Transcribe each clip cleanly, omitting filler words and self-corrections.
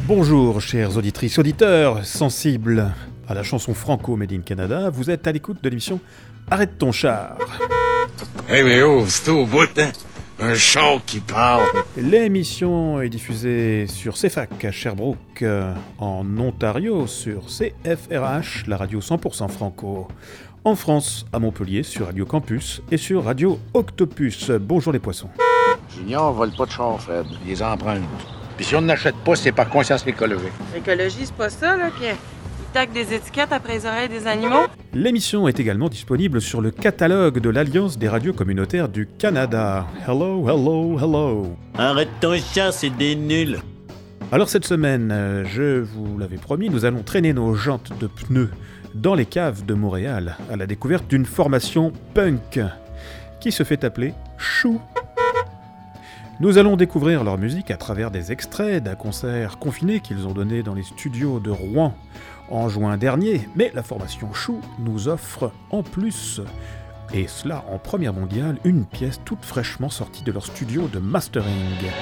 Bonjour chers auditrices, auditeurs sensibles à la chanson franco made in Canada, vous êtes à l'écoute de l'émission Arrête ton char. Hey mais oh, c'est au bout, hein? Un char qui parle. L'émission est diffusée sur CFAC à Sherbrooke, en Ontario, sur CFRH, la radio 100% franco. En France, à Montpellier, sur Radio Campus et sur Radio Octopus. Bonjour les poissons. Junior vole pas de char, Fred. Il les emprunte. Puis si on n'achète pas, c'est par conscience écologique. L'écologie, c'est pas ça, là, qu'ils taquent des étiquettes après les oreilles des animaux? L'émission est également disponible sur le catalogue de l'Alliance des radios communautaires du Canada. Hello, hello, hello. Arrête ton chat, c'est des nuls. Alors cette semaine, je vous l'avais promis, nous allons traîner nos jantes de pneus dans les caves de Montréal à la découverte d'une formation punk qui se fait appeler Chou. Nous allons découvrir leur musique à travers des extraits d'un concert confiné qu'ils ont donné dans les studios de Rouen en juin dernier, mais la formation Chou nous offre en plus, et cela en première mondiale, une pièce toute fraîchement sortie de leur studio de mastering.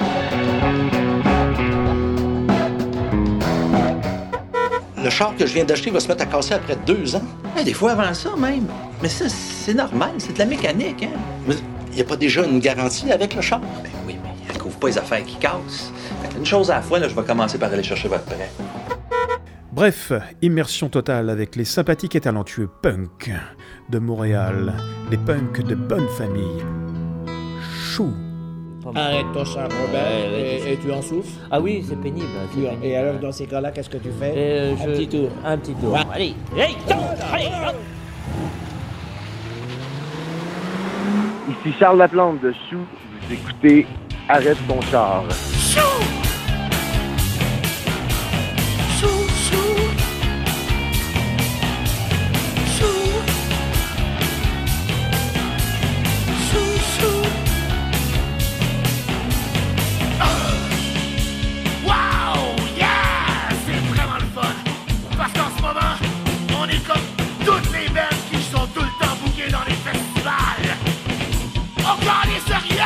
Le char que je viens d'acheter va se mettre à casser après 2 ans. Des fois avant ça même. Mais ça, c'est normal, c'est de la mécanique, hein? Mais il n'y a pas déjà une garantie avec le char? Ben oui, mais elle couvre pas les affaires qui cassent. Une chose à la fois, là, je vais commencer par aller chercher votre prêt. Bref, immersion totale avec les sympathiques et talentueux punks de Montréal, les punks de bonne famille. Chou. Arrête ton char, Robert, et tu en souffres? Ah oui, c'est pénible. Et alors, dans ces cas-là, qu'est-ce que tu fais? Un petit tour. Un petit tour. Ouais. Allez, hey, allez, Ici Charles Laplante de Chou, vous écoutez Arrête ton char. Chou! Chou, chou! Chou! Chou, chou! Wow! Yeah! C'est vraiment le fun! Parce qu'en ce moment, on est comme toutes les bandes qui sont tout le temps bookées dans les festivals! On gagne ce rien!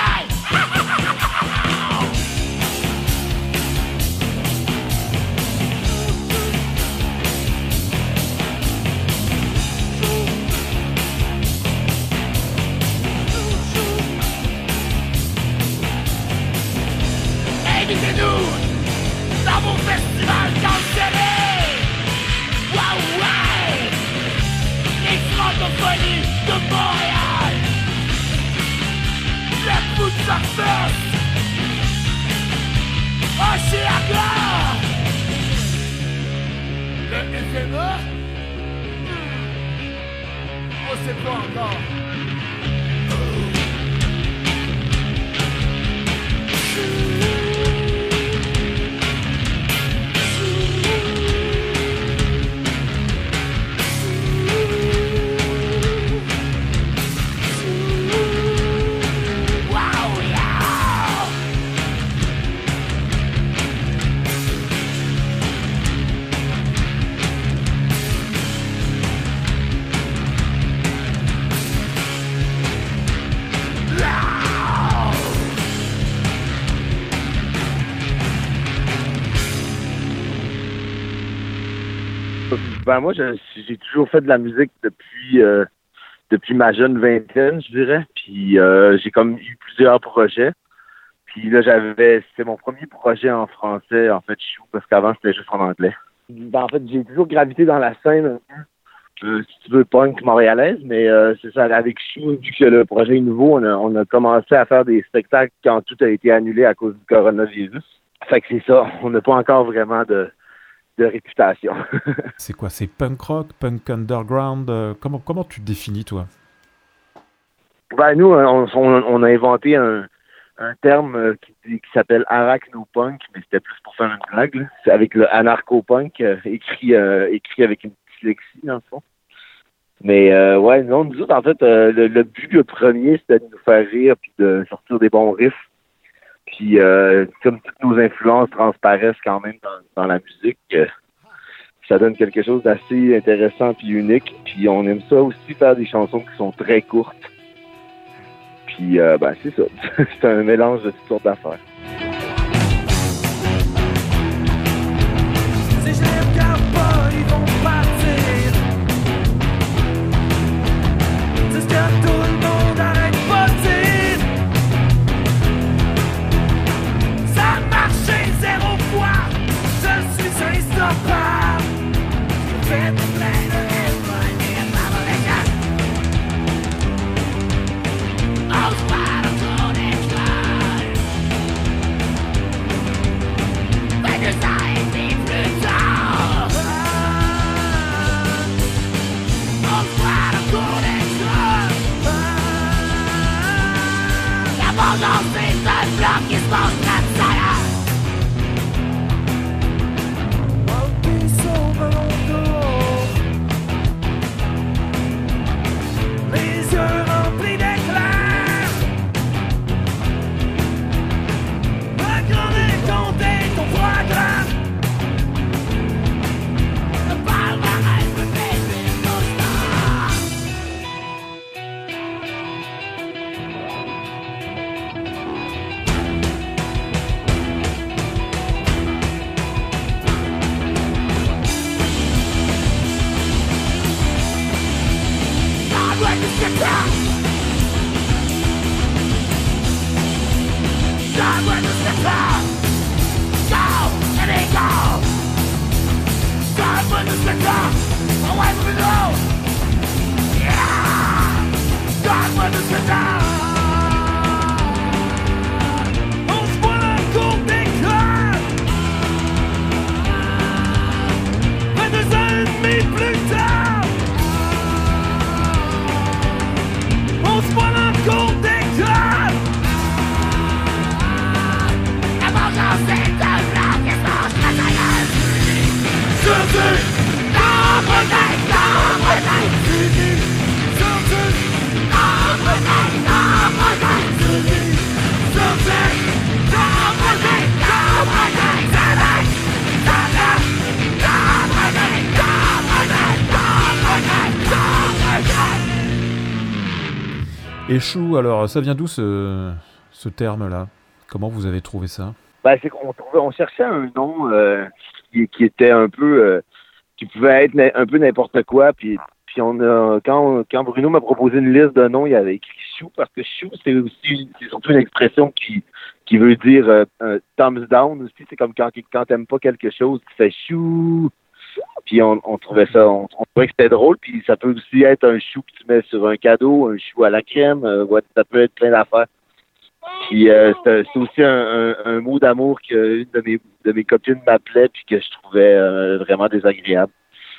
Invitez-nous dans vos festivals cancellés! Waouh, ouais! Les francophonies de Montréal! Le Poudre-Fest! Oceaga! Le FME? On sait pas encore. Ben moi, j'ai toujours fait de la musique depuis ma jeune vingtaine, je dirais. Puis j'ai comme eu plusieurs projets. Puis là, c'était mon premier projet en français, en fait, Chou, parce qu'avant, c'était juste en anglais. Ben, en fait, j'ai toujours gravité dans la scène, si tu veux, punk montréalaise, mais c'est ça, avec Chou, vu que le projet est nouveau, on a commencé à faire des spectacles quand tout a été annulé à cause du coronavirus. Fait que c'est ça, on n'a pas encore vraiment de réputation. C'est quoi? C'est punk rock, punk underground? Comment tu te définis, toi? Ben, nous, on a inventé un terme qui s'appelle arachnopunk, mais c'était plus pour faire une blague, là. C'est avec le anarcho-punk, écrit avec une dyslexie, dans le fond. Mais ouais, non, nous autres, en fait, le but premier, c'était de nous faire rire puis de sortir des bons riffs. Puis comme toutes nos influences transparaissent quand même dans la musique, ça donne quelque chose d'assez intéressant puis unique. Puis on aime ça aussi, faire des chansons qui sont très courtes. Puis ben c'est ça, c'est un mélange de toutes sortes d'affaires. Et Chou, alors ça vient d'où ce terme-là? Comment vous avez trouvé ça? Ben, c'est qu'on cherchait un nom qui était un peu qui pouvait être un peu n'importe quoi, puis on a quand Bruno m'a proposé une liste de noms, il avait écrit Chou, parce que Chou c'est surtout une expression qui veut dire thumbs down aussi. C'est comme quand t'aimes pas quelque chose, tu fais chou. Puis on trouvait ça, on trouvait que c'était drôle, puis ça peut aussi être un chou que tu mets sur un cadeau, un chou à la crème, ça peut être plein d'affaires. Puis c'est aussi un mot d'amour qu'une de mes copines m'appelait, puis que je trouvais vraiment désagréable.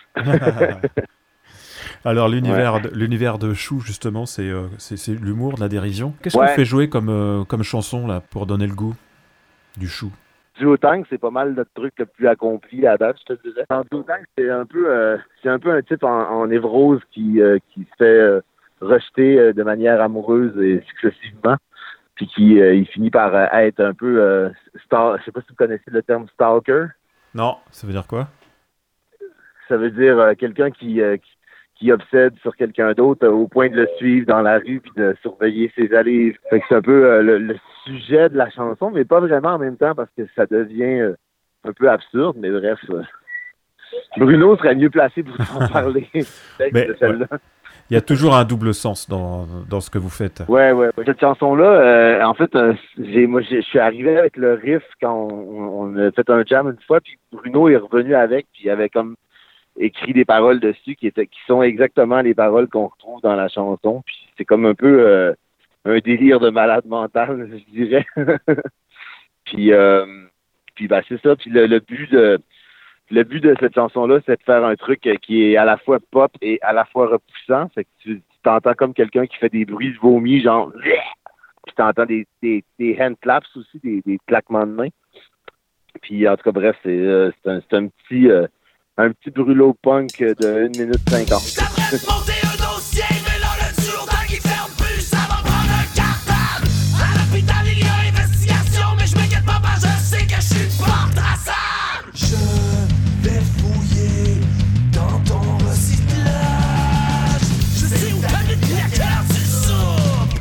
Alors l'univers de Chou, justement, c'est l'humour, de la dérision. Qu'est-ce qu'on fait jouer comme chanson là pour donner le goût du Chou? Duotang, c'est pas mal notre truc le plus accompli à date, je te disais. Duotang, c'est un peu un type en névrose qui se fait rejeter de manière amoureuse et successivement, puis qui il finit par être un peu je sais pas si vous connaissez le terme stalker. Non, ça veut dire quoi? Ça veut dire quelqu'un qui obsède sur quelqu'un d'autre au point de le suivre dans la rue puis de surveiller ses allées. Fait que c'est un peu le sujet de la chanson, mais pas vraiment en même temps parce que ça devient un peu absurde, mais bref. Bruno serait mieux placé pour en parler de celle-là. Ouais. Il y a toujours un double sens dans ce que vous faites. Ouais. Cette chanson-là, en fait, je suis arrivé avec le riff quand on a fait un jam une fois, puis Bruno est revenu avec, puis il avait comme écrit des paroles dessus qui sont exactement les paroles qu'on retrouve dans la chanson. Puis c'est comme un peu un délire de malade mental, je dirais. puis ben, c'est ça. Puis le but de cette chanson-là, c'est de faire un truc qui est à la fois pop et à la fois repoussant. Fait que tu t'entends comme quelqu'un qui fait des bruits de vomi, genre... Puis t'entends des hand claps aussi, des claquements de mains. Puis en tout cas, bref, c'est un petit brûlot punk de 1 minute 50. J'aimerais monter un dossier, mais là, le Duotang qui ferme plus, ça va prendre un cartable. À l'hôpital, il y a investigation, mais je m'inquiète pas parce que je sais que je suis pas traçable. Je vais fouiller dans ton recyclage. Je sais où t'as mis la carte du soupe.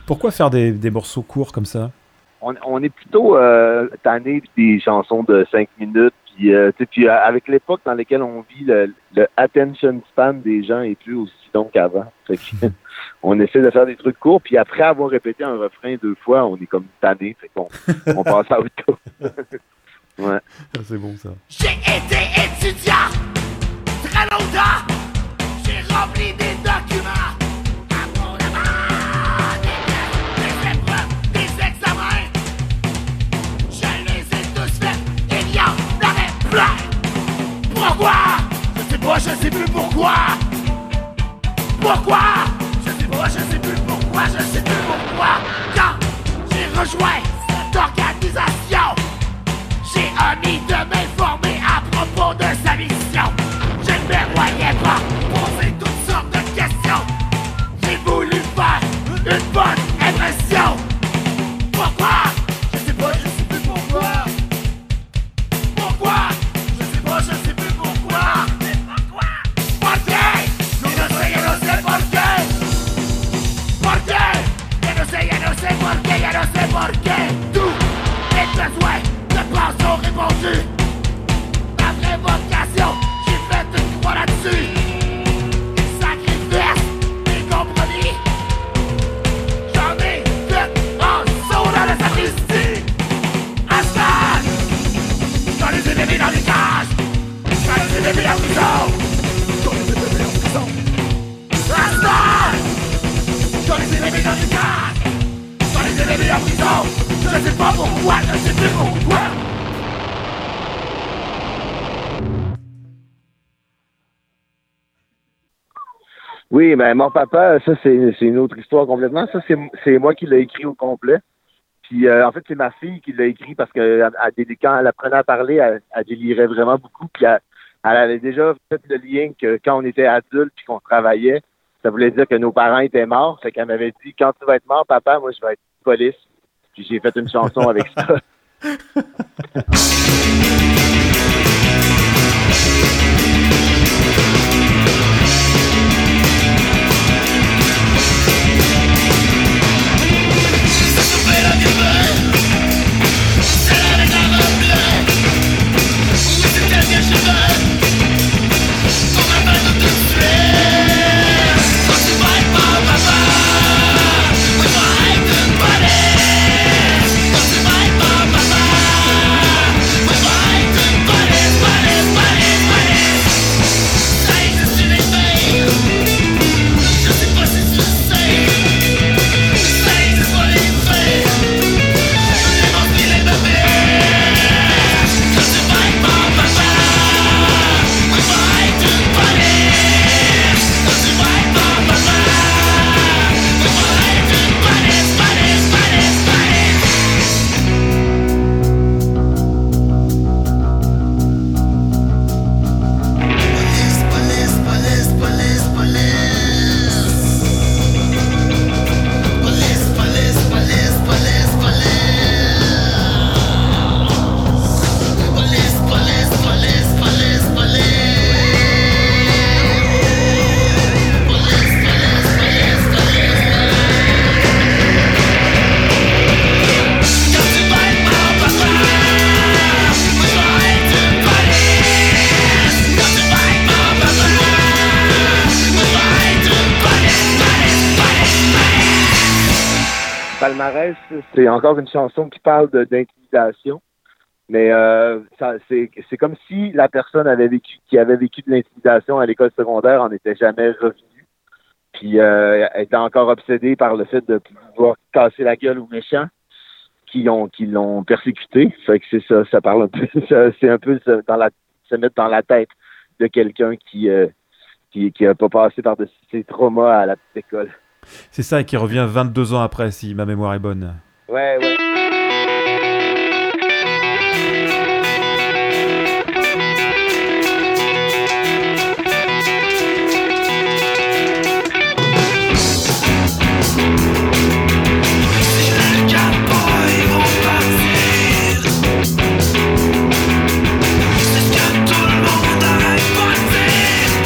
Pourquoi faire des morceaux courts comme ça? On est plutôt tanné des chansons de 5 minutes. Puis avec l'époque dans laquelle on vit, le attention span des gens est plus aussi long qu'avant. Fait que, on essaie de faire des trucs courts, puis après avoir répété un refrain 2 fois, on est comme tanné. Fait qu'on on passe à autre chose. Ouais. C'est bon ça. J'ai été étudiant très longtemps. J'ai rempli des documents. Abondamment. Des épreuves, des examens. Je les ai tous faits. Il y en avait plein. Pourquoi? Je sais pas, je sais plus pourquoi. Pourquoi? Je sais pas, je sais plus pourquoi. Je sais plus pourquoi. Quand j'ai rejoint cette organisation, j'ai omis de m'informer à propos de sa mission. Je ne me voyais pas poser toutes sortes de questions. J'ai voulu faire une bonne impression. Pourquoi? Je sais pas, je sais plus pourquoi. Pourquoi? Je sais pas, je sais plus pourquoi. Pourquoi? Porque? Yo no sé por qué. Porque? Yo no sé por qué, yo no sé por qué. Tout est besoin de pensons répondues. Ma vraie vocation, j'ai fait une croix là-dessus. Des sacrifices, des compromis. J'en ai fait en saut dans la sacristie. Hashtag, j'en les ai mis dans les cages. J'en les ai mis en prison. J'en les ai mis en prison. Hashtag, j'en les ai mis dans les cages. J'en les ai mis en prison. Je sais pas pourquoi, je sais plus pourquoi. Oui, ben mon papa, ça c'est une autre histoire complètement. Ça c'est moi qui l'ai écrit au complet. Puis en fait c'est ma fille qui l'a écrit parce que quand elle apprenait à parler, elle délirait vraiment beaucoup. Puis elle avait déjà fait le lien que quand on était adulte puis qu'on travaillait, ça voulait dire que nos parents étaient morts. Fait qu'elle m'avait dit quand tu vas être mort, papa, moi je vais être police. Puis j'ai fait une chanson avec ça. Palmarès, c'est encore une chanson qui parle d'intimidation, mais c'est comme si la personne qui avait vécu de l'intimidation à l'école secondaire en était jamais revenue, puis était encore obsédée par le fait de pouvoir casser la gueule aux méchants qui l'ont persécuté. Fait que c'est ça parle un peu, c'est un peu se mettre dans la tête de quelqu'un qui a pas passé par-dessus ses traumas à la petite école. C'est ça, et qui revient 22 ans après, si ma mémoire est bonne. Ouais.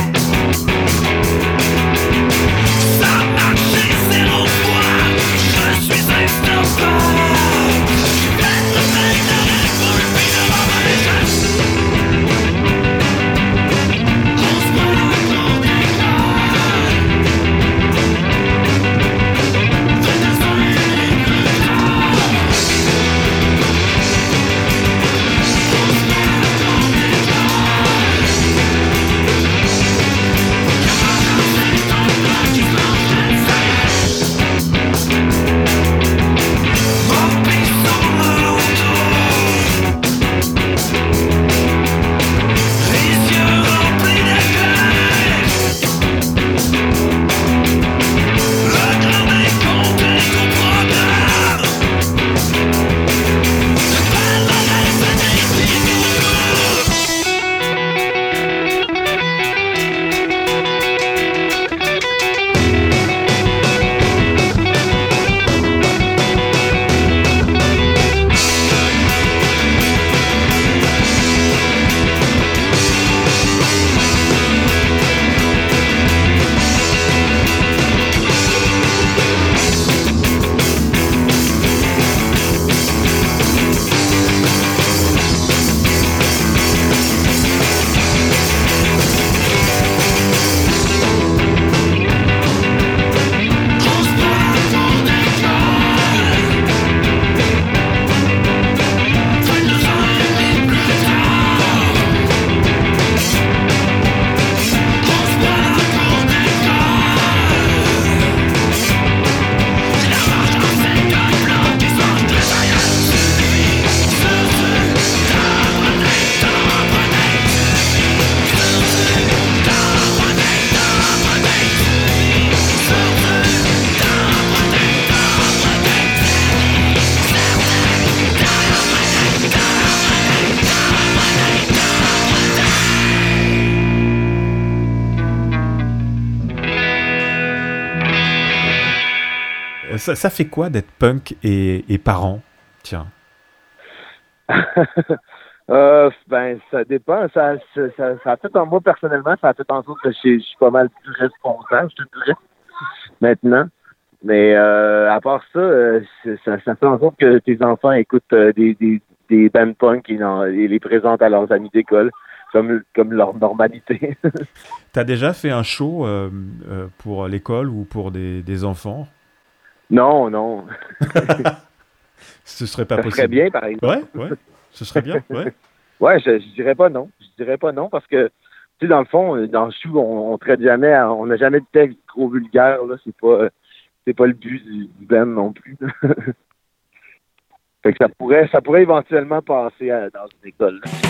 Ça marchait zéro fois. Je Ça fait quoi d'être punk et parent? Tiens. Ben, ça dépend. Ça a fait en moi, personnellement, ça a fait en sorte que je suis pas mal plus responsable, je te dirais, maintenant. Mais à part ça, ça fait en sorte que tes enfants écoutent des bands punk et les présentent à leurs amis d'école comme leur normalité. T'as déjà fait un show pour l'école ou pour des enfants? Non. Ce serait pas possible. Ce serait bien, par exemple. Ouais. Ce serait bien, ouais. Ouais, je dirais pas non. Je dirais pas non parce que, tu sais, dans le fond, dans le show, on traite jamais, on n'a jamais de texte trop vulgaire, là. C'est pas le but du band non plus. Fait que ça pourrait éventuellement passer dans une école, là.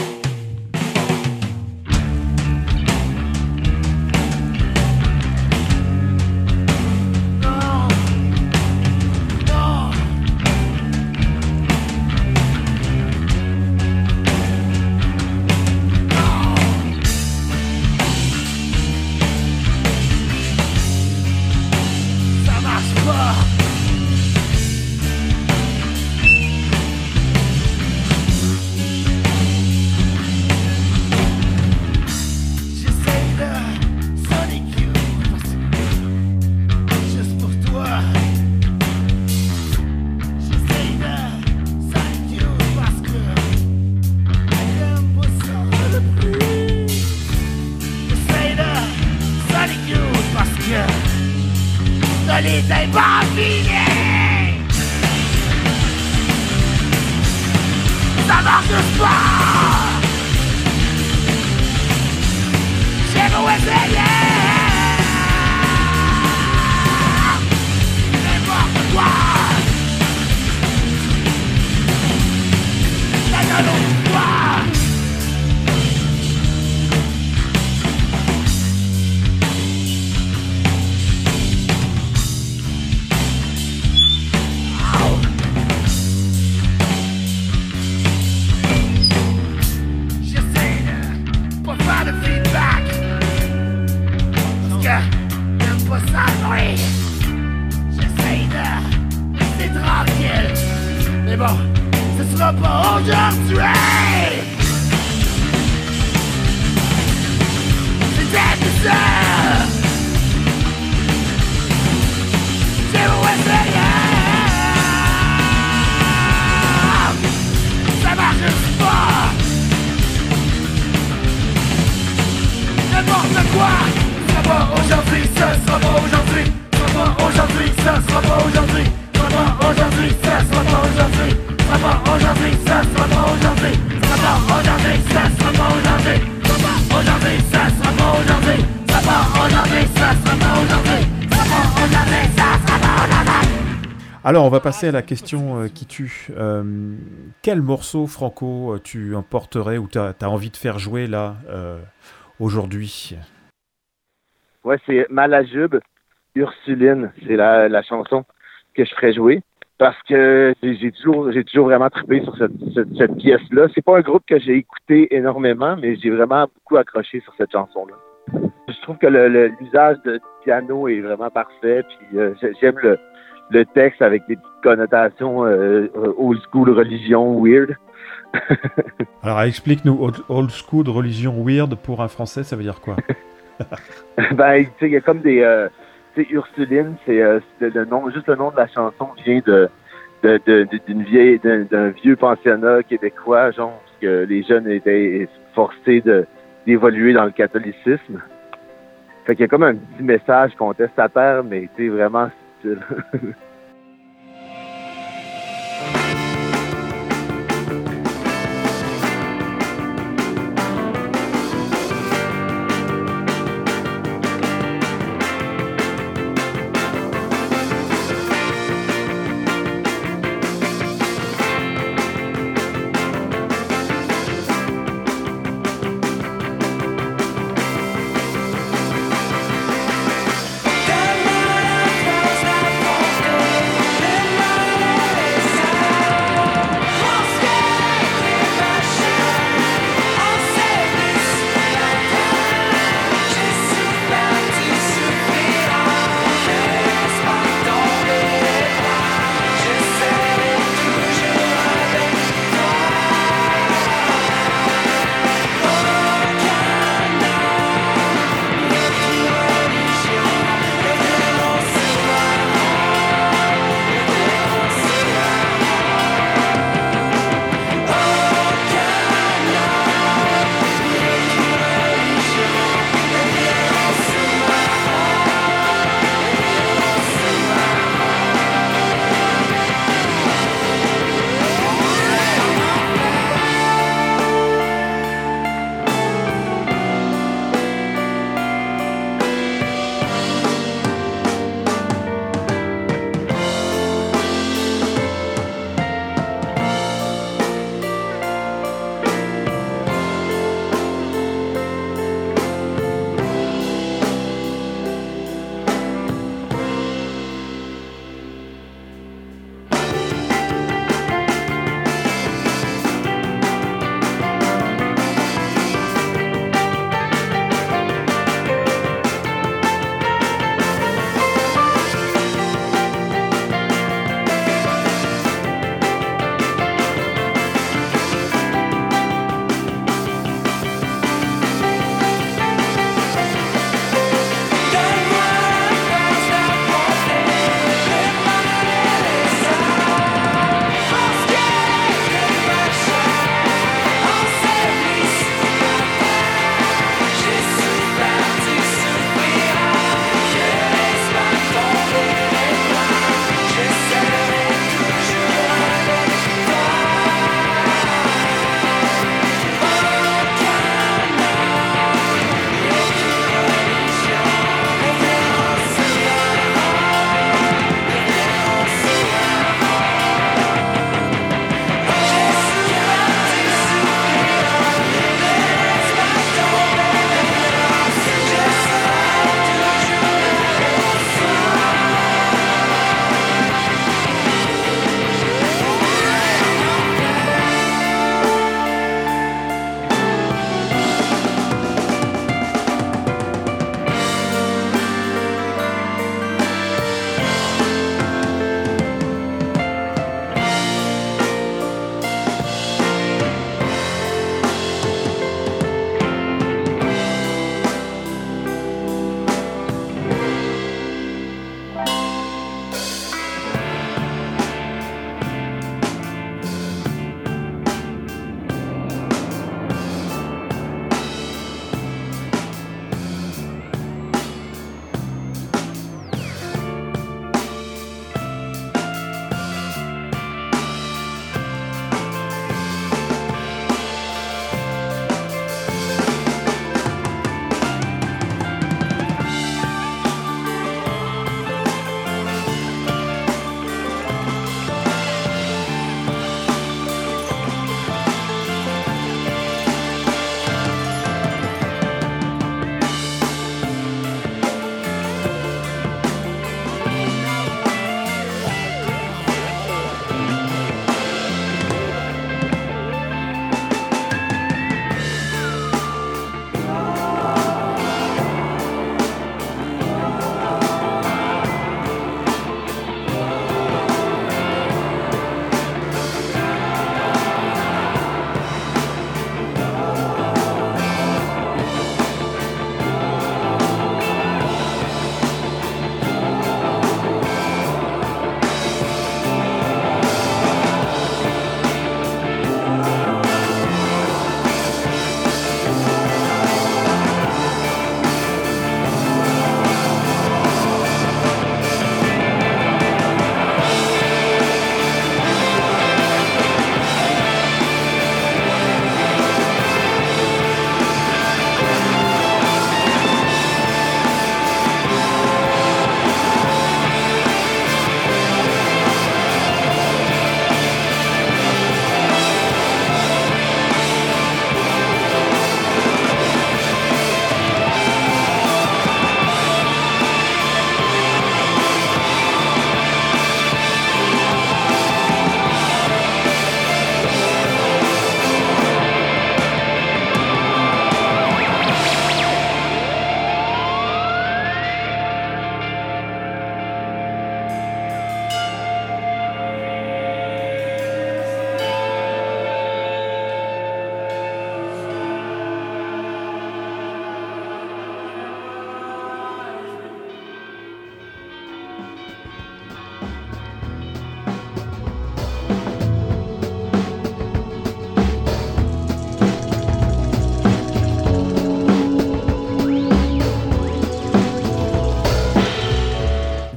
Alors, on va passer à la question qui tue. Quel morceau, Franco, tu emporterais ou tu as envie de faire jouer là, aujourd'hui? Ouais, c'est Malajube, Ursuline. C'est la chanson que je ferais jouer. Parce que j'ai toujours vraiment trippé sur cette pièce-là. C'est pas un groupe que j'ai écouté énormément, mais j'ai vraiment beaucoup accroché sur cette chanson-là. Je trouve que l'usage du piano est vraiment parfait. Puis j'aime le texte avec des petites connotations old school religion weird. Alors explique-nous, old school religion weird pour un Français, ça veut dire quoi? Ben, tu sais, il y a comme des... tu sais, Ursuline, c'est le nom, juste le nom de la chanson vient d'un vieux pensionnat québécois, genre, parce que les jeunes étaient forcés d'évoluer dans le catholicisme. Fait qu'il y a comme un petit message contestataire, mais tu sais, vraiment style. Tell me what I'm supposed to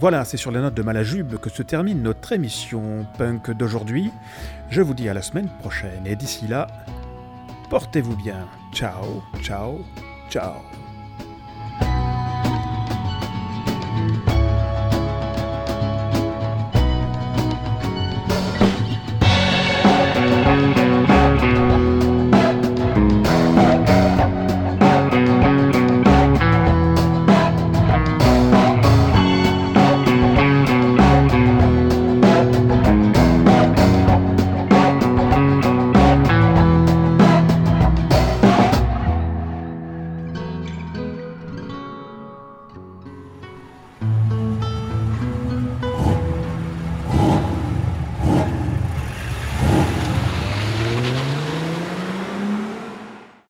Voilà, c'est sur la note de Malajube que se termine notre émission punk d'aujourd'hui. Je vous dis à la semaine prochaine et d'ici là, portez-vous bien. Ciao, ciao, ciao.